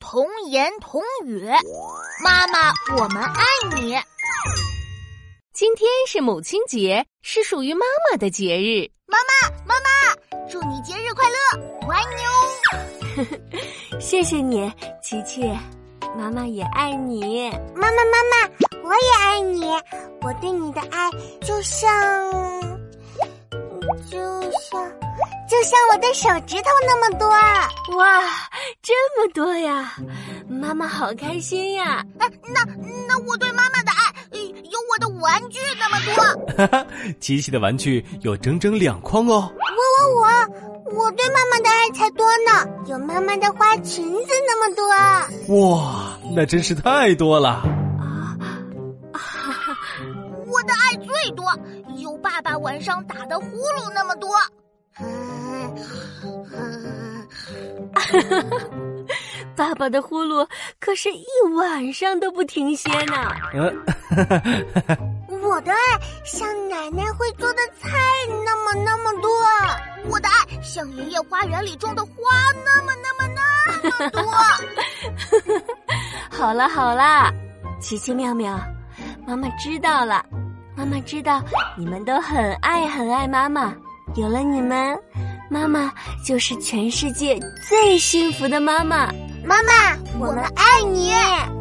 童言童语，妈妈，我们爱你。 今天是母亲节，是属于妈妈的节日。 妈妈，祝你节日快乐，我爱你哦！谢谢你，琪琪，妈妈也爱你。 妈妈，我也爱你。我对你的爱就像我的手指头那么多。 哇，这么多呀！妈妈好开心呀！ 那我对妈妈的爱有我的玩具那么多。 琪琪的玩具有整整2筐哦。 我对妈妈的爱才多呢，有妈妈的花裙子那么多。 哇，那真是太多了。 我的爱最多，有爸爸晚上打的呼噜那么多。 爸爸的呼噜可是一晚上都不停歇呢。 我的爱像奶奶会做的菜那么多。 我的爱像爷爷花园里种的花那么多。 好啦，奇奇妙妙，妈妈知道了。妈妈知道你们都很爱妈妈，有了你们，妈妈就是全世界最幸福的妈妈。 妈妈，我们爱你。